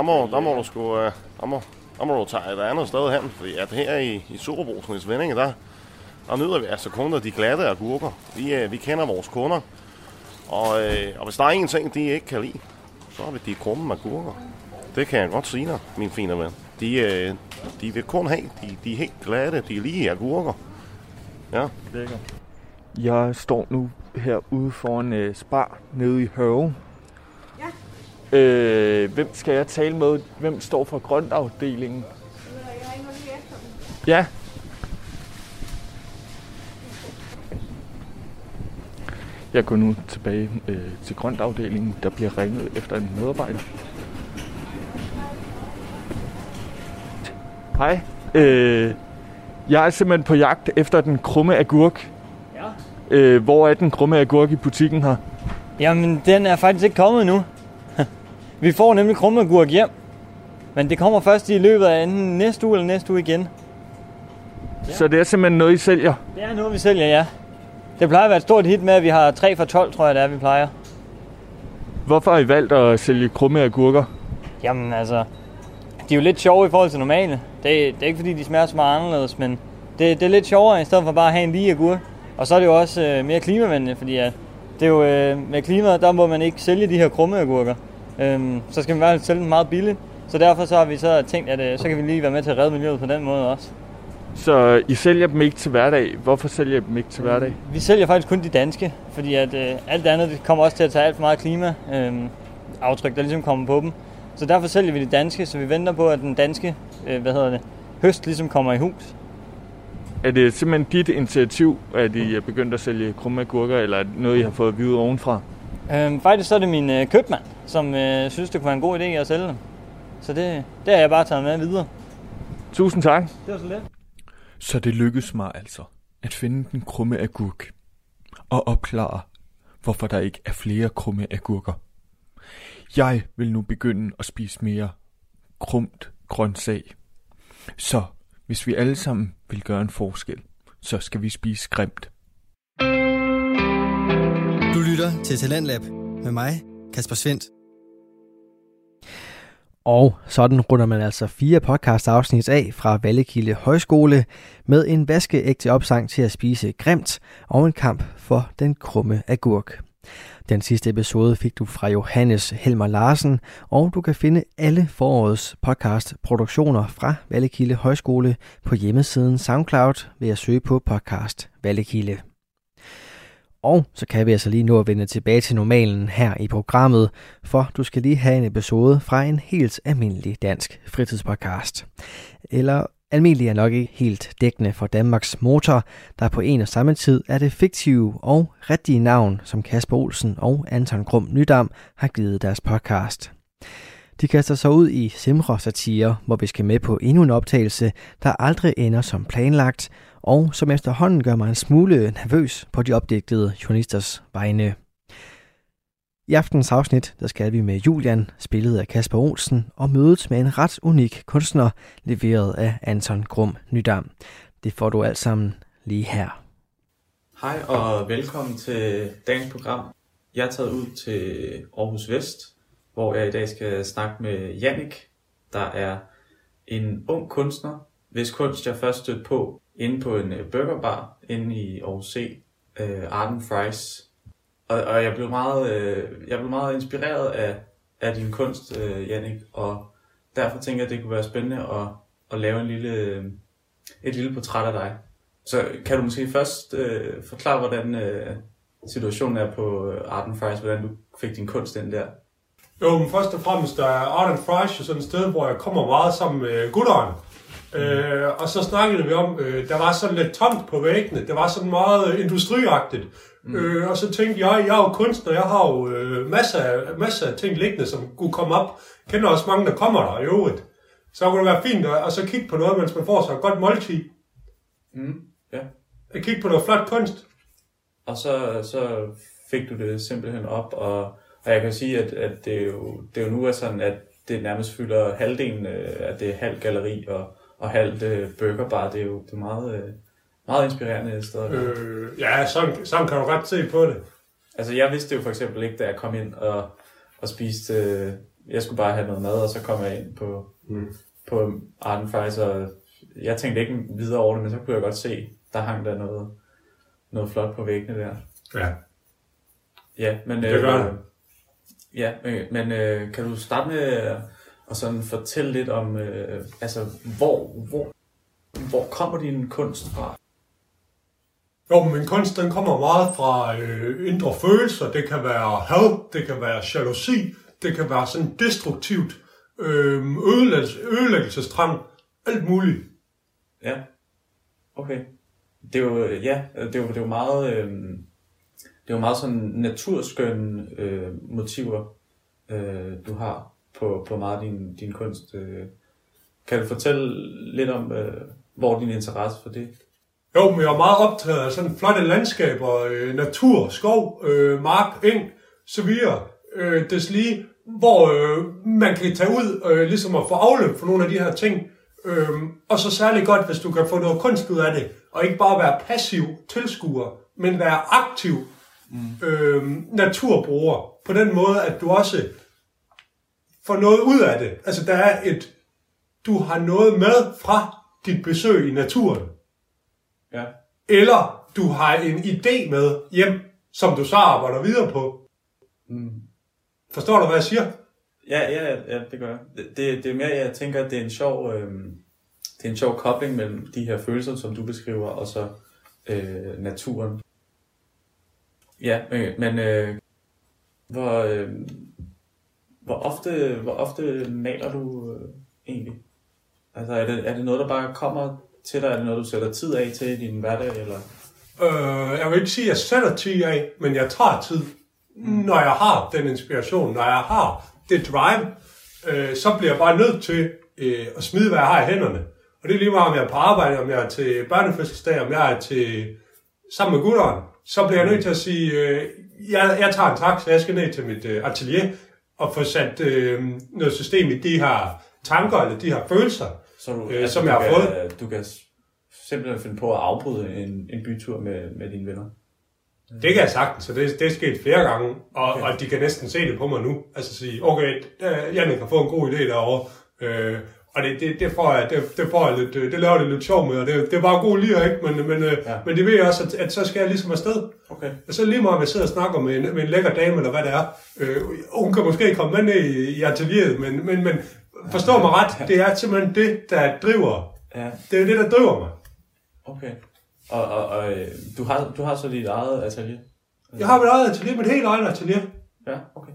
må du tage et andet sted hen, fordi at her i Superbrugsen i Svinninge, der nyder vi altså kun de glatte agurker. Vi kender vores kunder, og hvis der er en ting, de ikke kan lide, så er det de krumme agurker. Det kan jeg godt sige dig, min fine ven. De vil kun have de helt glatte, de lige agurker. Ja. Lækker. Jeg står nu herude foran Spar nede i Hørve. Ja. Hvem skal jeg tale med? Hvem står for grøntafdelingen? Ja. Jeg går nu tilbage til grøntafdelingen. Der bliver ringet efter en medarbejder. Hej. Jeg er simpelthen på jagt efter den krumme agurk. Ja. Hvor er den krumme agurk i butikken her? Jamen, den er faktisk ikke kommet endnu. Vi får nemlig krumme agurk hjem. Men det kommer først i løbet af enten næste uge eller næste uge igen. Ja. Så det er simpelthen noget, I sælger? Det er noget, vi sælger, ja. Det plejer at være et stort hit med, at vi har 3 for 12, tror jeg, det er, vi plejer. Hvorfor har I valgt at sælge krumme agurker? Jamen, altså, de er jo lidt sjove i forhold til normale. Det er ikke, fordi de smager så meget anderledes, men det er lidt sjovere, i stedet for bare at have en lige agurk. Og så er det jo også mere klimavenligt, fordi at det er jo med klimaet, der må man ikke sælge de her krumme agurker. Så skal man bare sælge dem meget billigt. Så derfor så har vi så tænkt, at så kan vi lige være med til at redde miljøet på den måde også. Så I sælger dem ikke til hverdag? Hvorfor sælger I dem ikke til hverdag? Vi sælger faktisk kun de danske, fordi at alt det andet det kommer også til at tage alt for meget klimaaftryk, der ligesom kommer på dem. Så derfor sælger vi de danske, så vi venter på, at den danske høst ligesom kommer i hus. Er det simpelthen dit initiativ, at I er begyndt at sælge krumme agurker, eller er det noget, I har fået at vide ovenfra? Faktisk så er det min købmand, som synes, det kunne være en god idé at sælge dem. Så det har jeg bare taget med videre. Tusind tak. Det var så let. Så det lykkedes mig altså at finde den krumme agurk og opklare, hvorfor der ikke er flere krumme agurker. Jeg vil nu begynde at spise mere krumt grøntsag. Så hvis vi alle sammen vil gøre en forskel, så skal vi spise grimt. Du lytter til Talentlab med mig, Kasper Svendt. Og sådan runder man altså 4 podcast-afsnit af fra Vallekilde Højskole med en vaskeægte opsang til at spise grimt og en kamp for den krumme agurk. Den sidste episode fik du fra Johannes Helmer Larsen, og du kan finde alle forårets podcast-produktioner fra Vallekilde Højskole på hjemmesiden SoundCloud ved at søge på podcast Vallekilde. Og så kan vi altså lige nå at vende tilbage til normalen her i programmet, for du skal lige have en episode fra en helt almindelig dansk fritidspodcast. Eller almindelig er nok ikke helt dækkende for Danmarks Motor, der på en og samme tid er det fiktive og rigtige navn, som Kasper Olsen og Anton Grum Nydam har givet deres podcast. De kaster sig ud i Simre-satire, hvor vi skal med på endnu en optagelse, der aldrig ender som planlagt, og som efterhånden gør mig en smule nervøs på de opdigtede journalisters vegne. I aftens afsnit, der skal vi med Julian, spillet af Kasper Olsen, og mødet med en ret unik kunstner, leveret af Anton Grum Nydam. Det får du alt sammen lige her. Hej og velkommen til dagens program. Jeg er taget ud til Aarhus Vest, hvor jeg i dag skal snakke med Jannik, der er en ung kunstner, hvis kunst jeg først stødte på inde på en burgerbar inde i Aarhus C, Arden Fries. Og jeg blev meget inspireret af din kunst, Jannik, og derfor tænker jeg, at det kunne være spændende at lave et lille portræt af dig. Så kan du måske først forklare, situationen er på Art and Fries, hvordan du fik din kunst ind der? Jo, men først og fremmest er Art and Fries jo sådan et sted, hvor jeg kommer meget sammen med gutteren. Og så snakkede vi om, der var sådan lidt tomt på væggene. Det var sådan meget industriagtigt. Og så tænkte jeg er jo kunstner, jeg har jo masser af ting liggende, som kunne komme op. Jeg kender også mange, der kommer der i øvrigt. Så kunne det være fint at så kigge på noget, mens man får sig et godt måltid. Ja. At kigge på noget flot kunst. Og så fik du det simpelthen op, og jeg kan sige, at det jo nu er sådan, at det nærmest fylder halvdelen, at det er halv galleri og halvt burgerbar. Det er jo meget inspirerende sted. Ja, sådan kan du ret se på det. Altså, jeg vidste jo for eksempel ikke, da jeg kom ind og spiste. Jeg skulle bare have noget mad, og så kom jeg ind på Art and Fries, og jeg tænkte ikke videre over det, men så kunne jeg godt se, der hang der noget flot på væggene der. Ja. Ja, men det gør det. Ja, men kan du starte med at sådan fortælle lidt om, altså hvor kommer din kunst fra? Jo, min kunst den kommer meget fra indre følelser. Det kan være had, det kan være jalousi, det kan være sådan destruktivt, ødelæggelsestrang, alt muligt. Ja, okay. Det er jo meget... Det er jo meget sådan naturskønne motiver, du har på meget af din kunst. Kan du fortælle lidt om, hvor din interesse for det? Jo, men jeg er meget optaget af sådan flotte landskaber, natur, skov, mark, eng, så videre. Deslige, hvor man kan tage ud ligesom at få afløb for nogle af de her ting. Og så særligt godt, hvis du kan få noget kunst ud af det, og ikke bare være passiv tilskuer, men være aktiv naturbruger. På den måde, at du også får noget ud af det. Altså, der er du har noget med fra dit besøg i naturen. Ja. Eller du har en idé med hjem, som du så arbejder videre på. Forstår du, hvad jeg siger? Ja, det gør jeg. Det er mere, jeg tænker, at det er en sjov kobling mellem de her følelser, som du beskriver, og så naturen. Ja, men hvor ofte maler du egentlig? Altså, er det noget, der bare kommer til dig? Er det noget, du sætter tid af til i din hverdag? Eller? Jeg vil ikke sige, at jeg sætter tid af, men jeg tager tid. Når jeg har den inspiration, når jeg har det drive, så bliver jeg bare nødt til at smide, hvad jeg har i hænderne. Og det er lige meget, om jeg er på arbejde, om jeg er til børnefødselsdag, om jeg er sammen med gutteren. Så bliver jeg nødt til at sige, jeg tager en taxa, jeg skal ned til mit atelier og få sat noget system i de her tanker eller de her følelser, som jeg har fået. Du kan simpelthen finde på at afbryde en bytur med dine venner. Det kan jeg sagtens, så det er sket flere gange, og de kan næsten se det på mig nu. Altså sige, okay, Jannik har fået en god idé derovre, og det laver det lidt sjov med, og det er bare god lige, ikke? Men det ved jeg også, at så skal jeg ligesom afsted. Okay. Og så lige meget, om jeg sidder og snakker med en lækker dame, eller hvad det er, hun kan måske komme med ned i atelieret, men forstå mig ret, det er simpelthen det, der driver. Ja. Det er det, der driver mig. Okay. Og du har så dit eget atelier? Jeg har mit eget atelier, mit helt eget atelier. Ja, okay.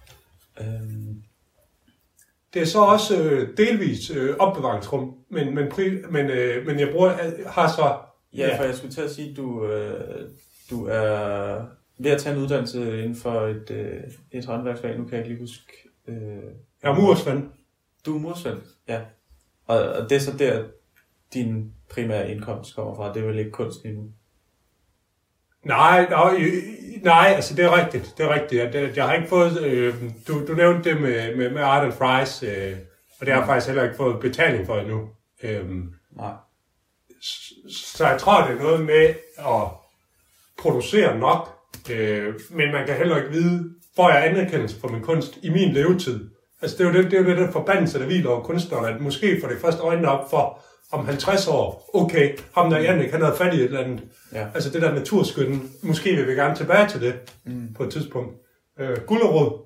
Det er så også delvis opbevaringsrum, men jeg har så... Ja, for jeg skulle til at sige, du er ved at tage en uddannelse inden for et håndværksfag. Nu kan jeg ikke lige huske... Jeg er murersvend. Du er murersvend, ja. Og det er så der, din primære indkomst kommer fra. Det er vel ikke kunst endnu? Nej, altså det er rigtigt. Jeg har ikke fået... Du nævnte det med Art and Fries, og det har jeg faktisk heller ikke fået betaling for endnu. Nej. Så jeg tror, det er noget med at producere nok, men man kan heller ikke vide, hvor jeg anerkendelse for min kunst i min levetid. Altså det er jo det forbandelse, der hviler over kunstneren, at måske får det først øjnene op for om 50 år, okay, ham der Jannik, han havde fat i et eller andet. Ja. Altså det der naturskønne, måske vil vi gerne tilbage til det på et tidspunkt. Gulerod?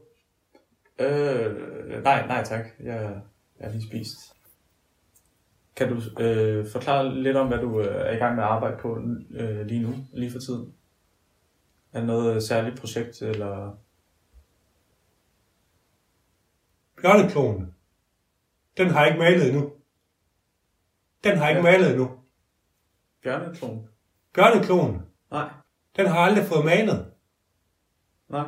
Nej tak, jeg har lige spist. Kan du forklare lidt om, hvad du er i gang med at arbejde på lige nu, lige for tiden? Er det noget særligt projekt, eller? Bjørneklonen. Den har jeg ikke malet endnu. Bjørneklonen. Nej. Den har jeg aldrig fået malet. Nej.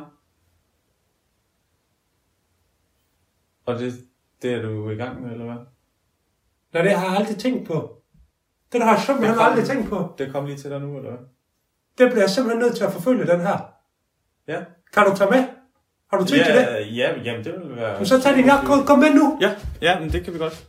Og det er du i gang med, eller hvad? Nej, det har jeg aldrig tænkt på. Den har jeg simpelthen aldrig tænkt på. Det kom lige til dig nu, eller hvad? Det bliver jeg simpelthen nødt til at forfølge, den her. Ja. Kan du tage med? Har du tid til det? Ja, jamen det vil være... Men så tag din jakke, kom med nu. Ja, men det kan vi godt.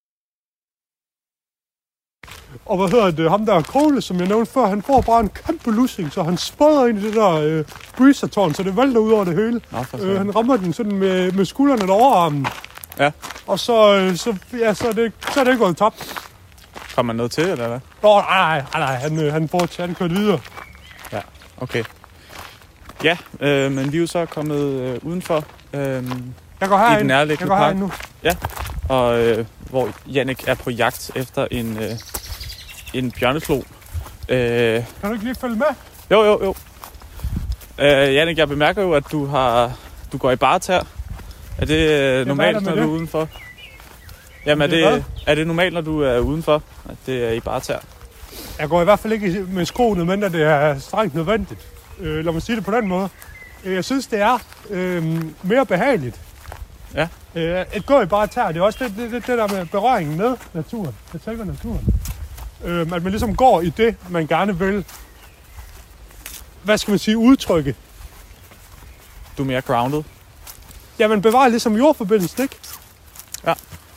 Og hvad hedder det? Ham der Krone, som jeg nævnte før, han får bare en kæmpe lussing, så han spræder ind i det der breezertårn, så det vælter ud over det hele. Han rammer den sådan med skuldrene og overarmen. Ja. Og så er det gået tabt. Kom man noget til, eller hvad? Nej, han kørte videre. Ja, okay. Ja, men vi er jo så kommet udenfor jeg går herind. i den nærliggende park. Nu. Ja, og hvor Jannik er på jagt efter en bjørneklo. Kan du ikke lige følge med? Jo. Jannik, jeg bemærker jo, at du går i bartær. Er det normalt, når du er udenfor? Jamen, er det normalt, når du er udenfor, at det er i bartær? Jeg går i hvert fald ikke med skoene, men det er strengt nødvendigt. Lad mig sige det på den måde. Jeg synes, det er mere behageligt. Ja. At gå i bartær, det er også det der med berøringen med naturen. Jeg tænker naturen. At man ligesom går i det, man gerne vil. Hvad skal man sige? Udtrykke. Du er mere grounded? Ja, man bevarer ligesom jordforbindelsen, ikke? Ja.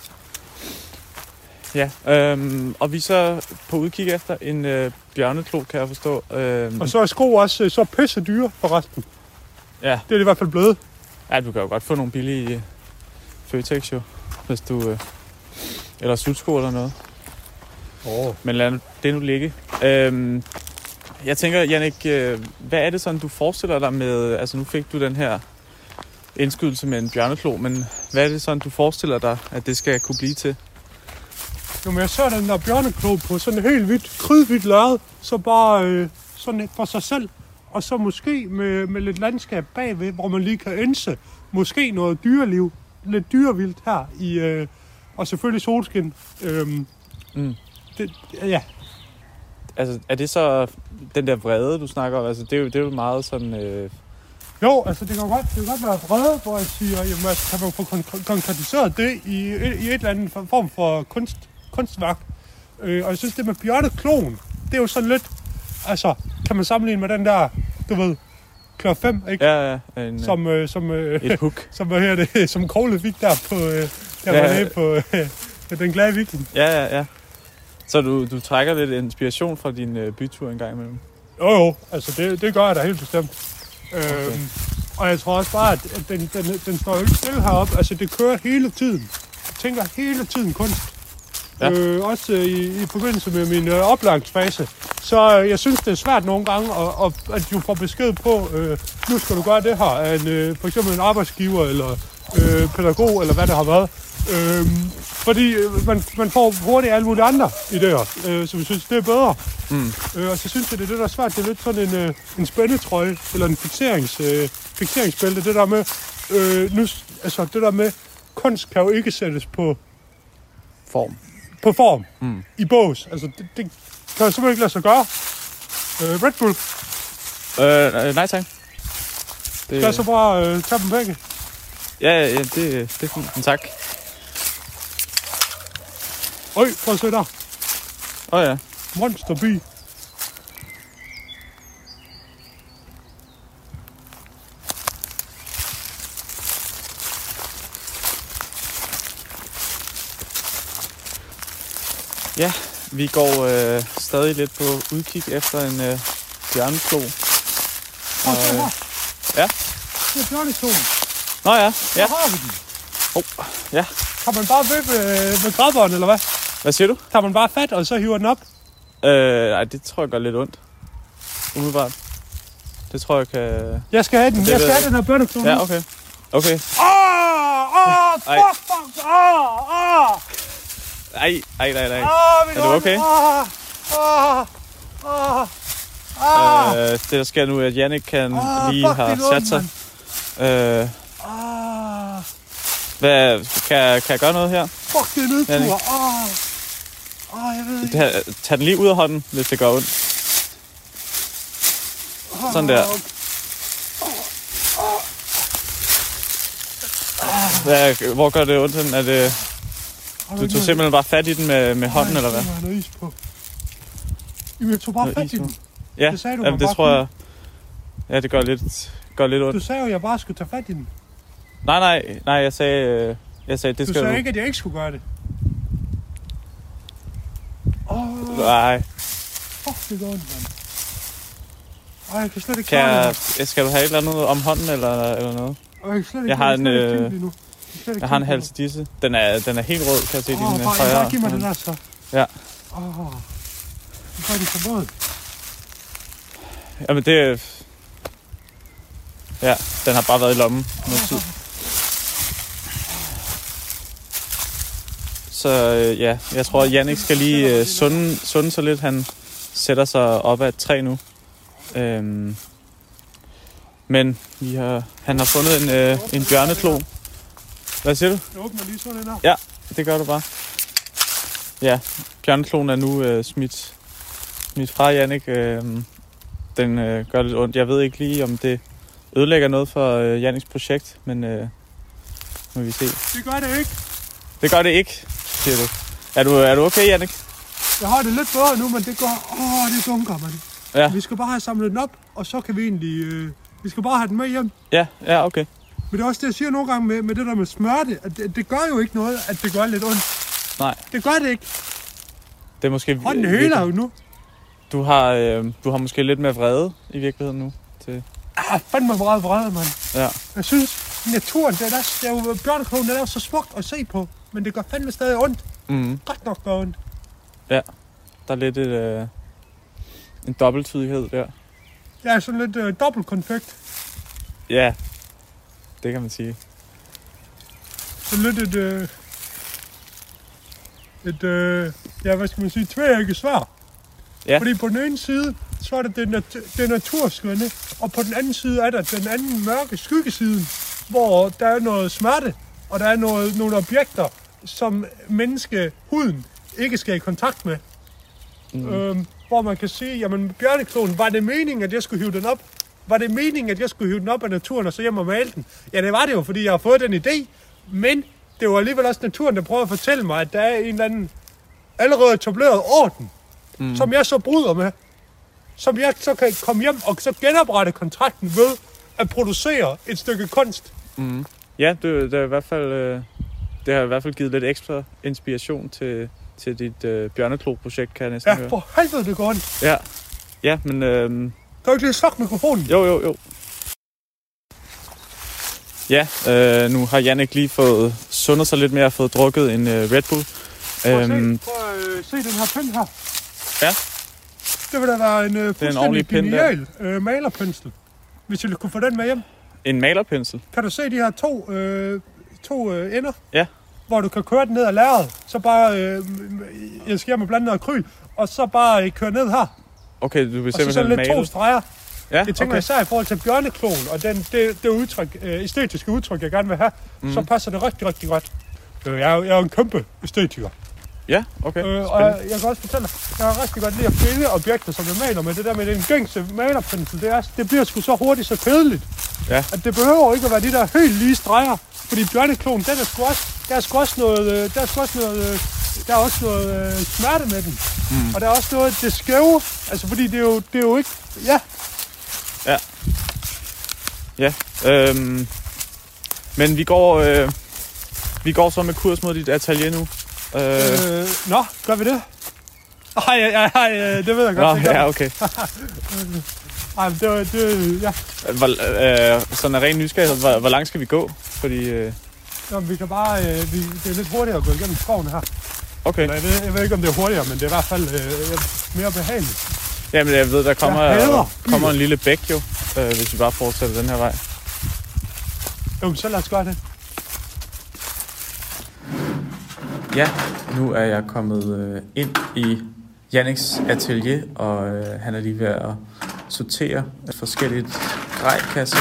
Ja, og vi er så på udkig efter en bjørneklo, kan jeg forstå. Og så er sko også så pisse dyre forresten. Ja. Det er det i hvert fald blevet. Ja, du kan jo godt få nogle billige Føtex jo, hvis du... eller sudsko eller noget. Men lad det nu ligge. Jeg tænker, Jannik, hvad er det sådan, du forestiller dig med... Altså, nu fik du den her indskydelse med en bjørneklo, men hvad er det sådan, du forestiller dig, at det skal kunne blive til? Jo, men jeg ser den der bjørneklo på sådan en helt hvidt, kridhvidt lærred, så bare sådan for sig selv. Og så måske med lidt landskab bagved, hvor man lige kan indse måske noget dyreliv, lidt dyrevildt her i, og selvfølgelig solskin. Ja. Altså, er det så den der vrede, du snakker om? Altså, det er jo meget sådan... Jo, altså det kan godt være vrede, hvor jeg siger, jamen, altså, kan man få konkretiseret det i et eller andet form for kunstværk. Og jeg synes, det med bjørnekloen, det er jo sådan lidt, altså, kan man sammenligne med den der, du ved, Klør 5, ikke? Ja. Som et hook. som Kogle fik der på, på den glade viking. Ja. Så du trækker lidt inspiration fra din bytur en gang imellem? Jo, altså det gør jeg da helt bestemt. Okay. Og jeg tror også bare, at den står jo ikke stille heroppe. Altså det kører hele tiden. Jeg tænker hele tiden kunst. Ja. Også i forbindelse med min oplæringsfase. Så jeg synes, det er svært nogle gange, at du får besked på, nu skal du gøre det her af for eksempel en arbejdsgiver, eller pædagog, eller hvad det har været. Fordi man får hurtigt alle mulige andre idéer, så vi synes, det er bedre. Og så synes jeg, det er det, der er svært. Det er lidt sådan en spændetrøje, eller en fikseringsbælte. Det der med, det der med, kunst kan jo ikke sættes på form. I bås. Altså, det kan jo simpelthen ikke lade sig gøre. Red Bull? Nej tak. Skal jeg så bare tage dem begge? Ja, det er fint. Men tak. Øj, prøv at se der. Ja. Monsterby. Ja, vi går stadig lidt på udkig efter en bjørneklo. Ja. Det er bjørnekloen. Nå ja. Der har vi den. Ja. Kan man bare ved med grabberen, eller hvad? Hvad siger du? Tager man bare fat, og så hiver den op? Nej, det tror jeg gør lidt ondt. Umiddelbart. Det tror jeg kan... Jeg skal have den. Jeg skal have den her bjørneklo. Ja, okay. Okay. Fuck! Nej. Er du okay? Det der sker nu, at Jannik lige har sat sig. Hvad, kan jeg gøre noget her? Fuck, det er nedtur. Jeg ved ikke. Tag den lige ud af hånden, hvis det gør ondt. Sådan der. Hvor gør det ondt? Er det... Du tog simpelthen bare fat i den med hånden, eller hvad? Jeg is på. Jeg tog bare fat i den. Ja, det sagde du, det tror jeg... Ja, det gør lidt ondt. Du sagde jo, at jeg bare skulle tage fat i den. Nej, jeg sagde det du skal du. Du sagde ikke, at jeg ikke skulle gøre det. Nej. Fuck, det går ondt, mand. Jeg kan slet ikke klare det. Skal du have et eller andet om hånden, eller noget? Jeg har en halsdisse. Den er helt rød, kan jeg se. Bare giv mig den der så. Ja. Hvad er det for noget? Jamen det... Ja, den har bare været i lommen noget tid. Så ja, jeg tror, at Jannik skal lige sunde sig lidt. Han sætter sig op ad et træ nu. Men han har fundet en bjørneklo. Hvad siger du? Jeg åbner lige sådan her. Ja, det gør du bare. Ja, bjørnekloen er nu smidt fra Jannik. Den gør lidt ondt. Jeg ved ikke lige, om det ødelægger noget for Janniks projekt, men må vi se. Det gør det ikke. Det gør det ikke, siger du. Er du okay, Jannik? Jeg har det lidt bedre nu, men det går... det dunker, man. Ja. Vi skal bare have samlet den op, og så kan vi egentlig... vi skal bare have den med hjem. Ja, okay. Men det er også det, jeg siger nogle gange med det der med smerte, at det gør jo ikke noget, at det gør lidt ondt. Nej. Det gør det ikke. Det er måske... Hånden heler jo nu. Du har måske lidt mere vrede i virkeligheden nu. Fandme vrede, mand. Ja. Jeg synes, naturen, det er jo bjørnekloen, den er så smukt at se på, men det gør fandme stadig ondt. Godt nok gør ondt. Ja, der er lidt en dobbelttydighed der. Ja, sådan lidt dobbeltkonfekt. Ja, det kan man sige. Sådan lidt hvad skal man sige, tværægget sværd. Ja. Fordi på den ene side, så er det naturskønne, og på den anden side er der den anden mørke skyggesiden, hvor der er noget smerte, og der er nogle objekter, som menneskehuden ikke skal i kontakt med. Hvor man kan sige, jamen bjørnekloen, var det meningen, at jeg skulle hive den op? Var det meningen, at jeg skulle hive den op af naturen og så hjem og male den? Ja, det var det jo, fordi jeg har fået den idé, men det var alligevel også naturen, der prøver at fortælle mig, at der er en eller anden allerede etableret orden, som jeg så bryder med, som jeg så kan komme hjem og så genoprette kontrakten ved at producere et stykke kunst. Ja, det har i hvert fald givet lidt ekstra inspiration til dit bjørneklo-projekt, kan jeg næsten høre. Ja, for helvede, det går ondt. Ja, men... Kan du ikke lige slukke mikrofonen? Jo. Ja, nu har Jannik lige fået sundet sig lidt mere og fået drukket en Red Bull. Prøv at se den her pen her. Ja. Det vil da være en fuldstændig genial malerpensel, hvis jeg kunne få den med hjem. En malerpensel? Kan du se de her to ender? Ja. Hvor du kan køre den ned ad lærredet, så bare, jeg skal hjem og blande noget akryl, og så bare køre ned her. Okay, du vil simpelthen og så lidt male. 2 streger. Ja, jeg tænker især i forhold til bjørnekloen, og det udtryk, æstetiske udtryk, jeg gerne vil have, så passer det rigtig, rigtig godt. Jeg er jo en kæmpe æstetiker. Ja, okay. Og jeg kan også fortælle dig, jeg har rigtig godt lide at finde objekter, som jeg maler med. Det der med den gængse malerpensel, det bliver sgu så hurtigt så kedeligt. Ja. At det behøver ikke at være de der helt lige streger. Fordi bjørnekloen, der er også noget smerte med den. Og der er også noget det skæve. Altså fordi det er jo ikke... Ja. Men vi går så med kurs mod dit atelier nu. Gør vi det? Ej, det ved jeg godt. Ja, okay. Ej, ja. Sådan en ren nysgerrighed. Hvor langt skal vi gå? Fordi... vi kan bare... det er lidt hurtigere at gå igennem skoven her. Okay. Jeg ved ikke, om det er hurtigere, men det er i hvert fald mere behageligt. Jamen, jeg ved, der kommer en lille bæk jo, hvis vi bare fortsætter den her vej. Jo, så lad os gøre det. Ja, nu er jeg kommet ind i Janniks atelier, og han er lige ved at sortere forskelligt grej, kan jeg se.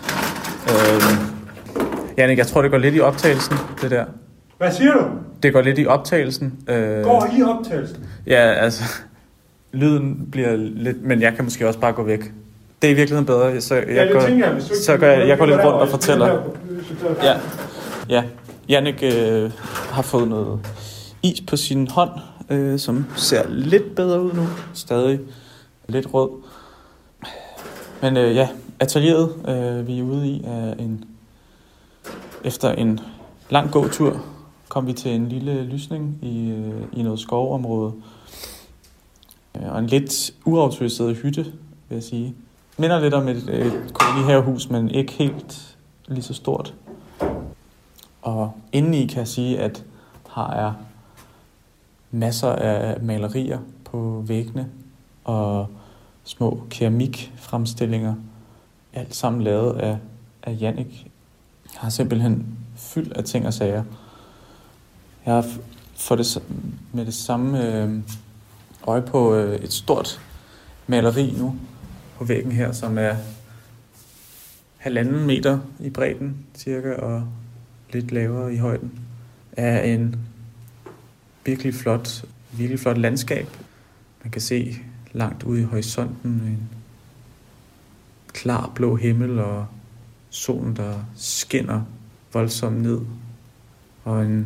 Jannik, jeg tror, det går lidt i optagelsen, det der. Hvad siger du? Det går lidt i optagelsen. Går i optagelsen? Ja, altså, lyden bliver lidt, men jeg kan måske også bare gå væk. Det er i virkeligheden bedre, så jeg går lidt rundt og fortæller. Ja. Jannik har fået noget is på sin hånd, som ser lidt bedre ud nu. Stadig lidt rød. Men atelieret, vi er ude i, er efter en lang gåtur, kom vi til en lille lysning i noget skovområde. Og en lidt uautoriseret hytte, vil jeg sige. Minder lidt om et kolonihavehus, men ikke helt lige så stort. Og indeni kan jeg sige, at her er masser af malerier på væggene og små keramikfremstillinger. Alt sammen lavet af Jannik. Jeg har simpelthen fyldt af ting og sager. Jeg har fået med det samme øje på et stort maleri nu på væggen her, som er 1,5 meter i bredden cirka, og lidt lavere i højden, af en virkelig flot landskab. Man kan se langt ude i horisonten en klar blå himmel og solen, der skinner voldsomt ned, og en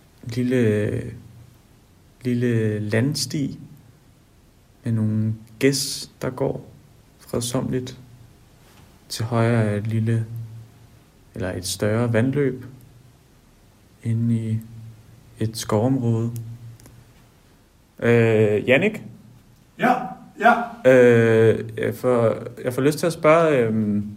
lille landsti med nogle gæs, der går fredsomligt. Til højre er et større vandløb inde i et skovområde. Jannik? Ja. Jeg får lyst til at spørge,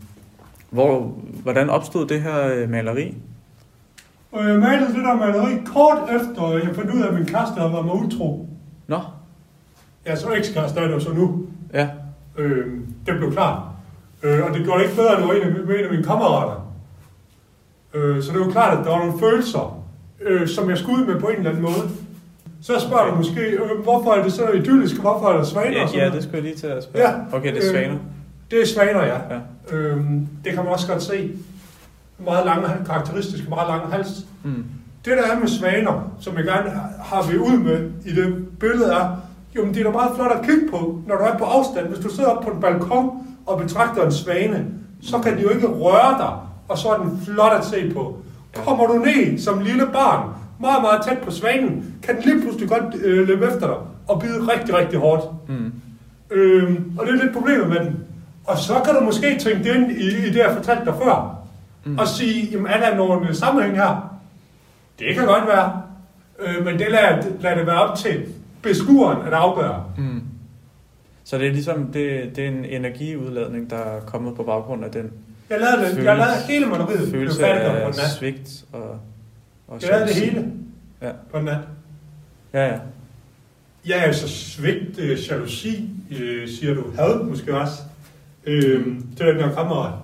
hvordan opstod det her maleri? Jeg malede det der maleri kort efter, jeg fandt ud af, at min kæreste havde været mig utro. Nå? Ja, så ekskæreste er det så nu. Ja. Det blev klart. Og det gjorde det ikke bedre, end det var en af mine kammerater. Så det var klart, at der var nogle følelser, som jeg skulle ud med på en eller anden måde. Så spørger du måske, hvorfor er det så idyllisk, hvorfor er der svaner? Ja, det skulle jeg lige til at spørge. Ja, okay, det er svaner. Det er svaner, ja. Det kan man også godt se. Meget lange, karakteristiske, meget lange hals. Mm. Det der er med svaner, som jeg gerne har ved ud med i det billede er, jo, men det er da meget flot at kigge på, når du er på afstand. Hvis du sidder oppe på en balkon og betragter en svane, så kan den jo ikke røre dig, og så er den flot at se på. Kommer du ned som lille barn, meget, meget tæt på svanen, kan den lige pludselig godt løbe efter dig og bide rigtig, rigtig hårdt. Mm. Og det er lidt problemet med den. Og så kan du måske tænke det ind i det, jeg fortalte dig før, og sige, jamen er der nogen sammenhæng her? Det kan godt være, men det lader det være op til beskueren at afgøre. Mm. Så det er ligesom, det er en energiudladning, der er kommet på baggrund af den. Jeg lavede hele maleriet. Følelse af svigt og jeg lavede det hele på en nat. Ja. Ja, altså svigt, jalousi, siger du, had måske også, til den der kammerat.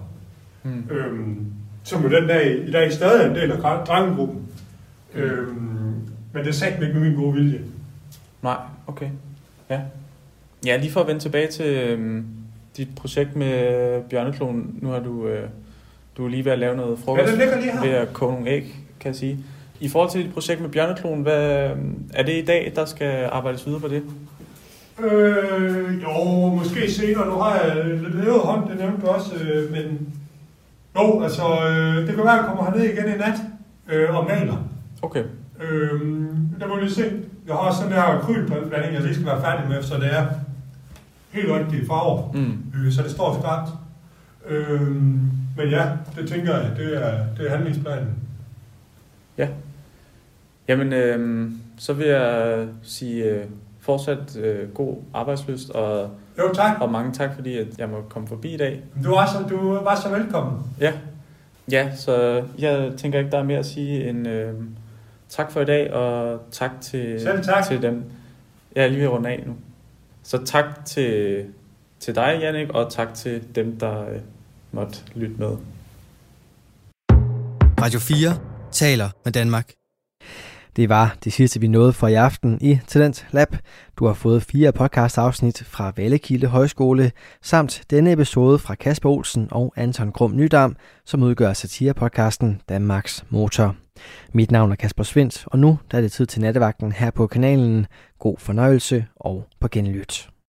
Som jo den dag, i dag stadig er en del af drengegruppen. Men det sagde ikke med min gode vilje. Nej, okay. Ja, lige for at vende tilbage til dit projekt med bjørneklonen. Nu har du er lige ved at lave noget frokost ved at koge nogle æg, kan jeg sige. I forhold til dit projekt med bjørneklonen, er det i dag, der skal arbejdes videre på det? Jo, måske senere. Nu har jeg lidt hævet hånd, det nævnte du også, men jo, altså, det kan være, at jeg kommer herned igen i nat og maler. Okay. Der må vi lige se. Jeg har også sådan der akrylblanding, jeg lige skal være færdig med, så det er helt rigtige farver, så det står skarpt. Men ja, det tænker jeg, det er handlingsplanen. Ja. Jamen, så vil jeg sige fortsat god arbejdslyst, og, jo, tak. Og mange tak, fordi at jeg må komme forbi i dag. Du var så velkommen. Ja, så jeg tænker ikke, der er mere at sige end tak for i dag, og tak til dem. Jeg er lige ved at runde af nu. Så tak til dig, Jannik, og tak til dem, der måtte lytte med. Radio 4 taler med Danmark. Det var det sidste, vi nåede for i aften i Talent Lab. Du har fået 4 podcast-afsnit fra Vallekilde Højskole, samt denne episode fra Kasper Olsen og Anton Grum Nydam, som udgør satirepodcasten Danmarks Motor. Mit navn er Kasper Svindt, og nu er det tid til nattevagten her på kanalen. God fornøjelse og på genlyt.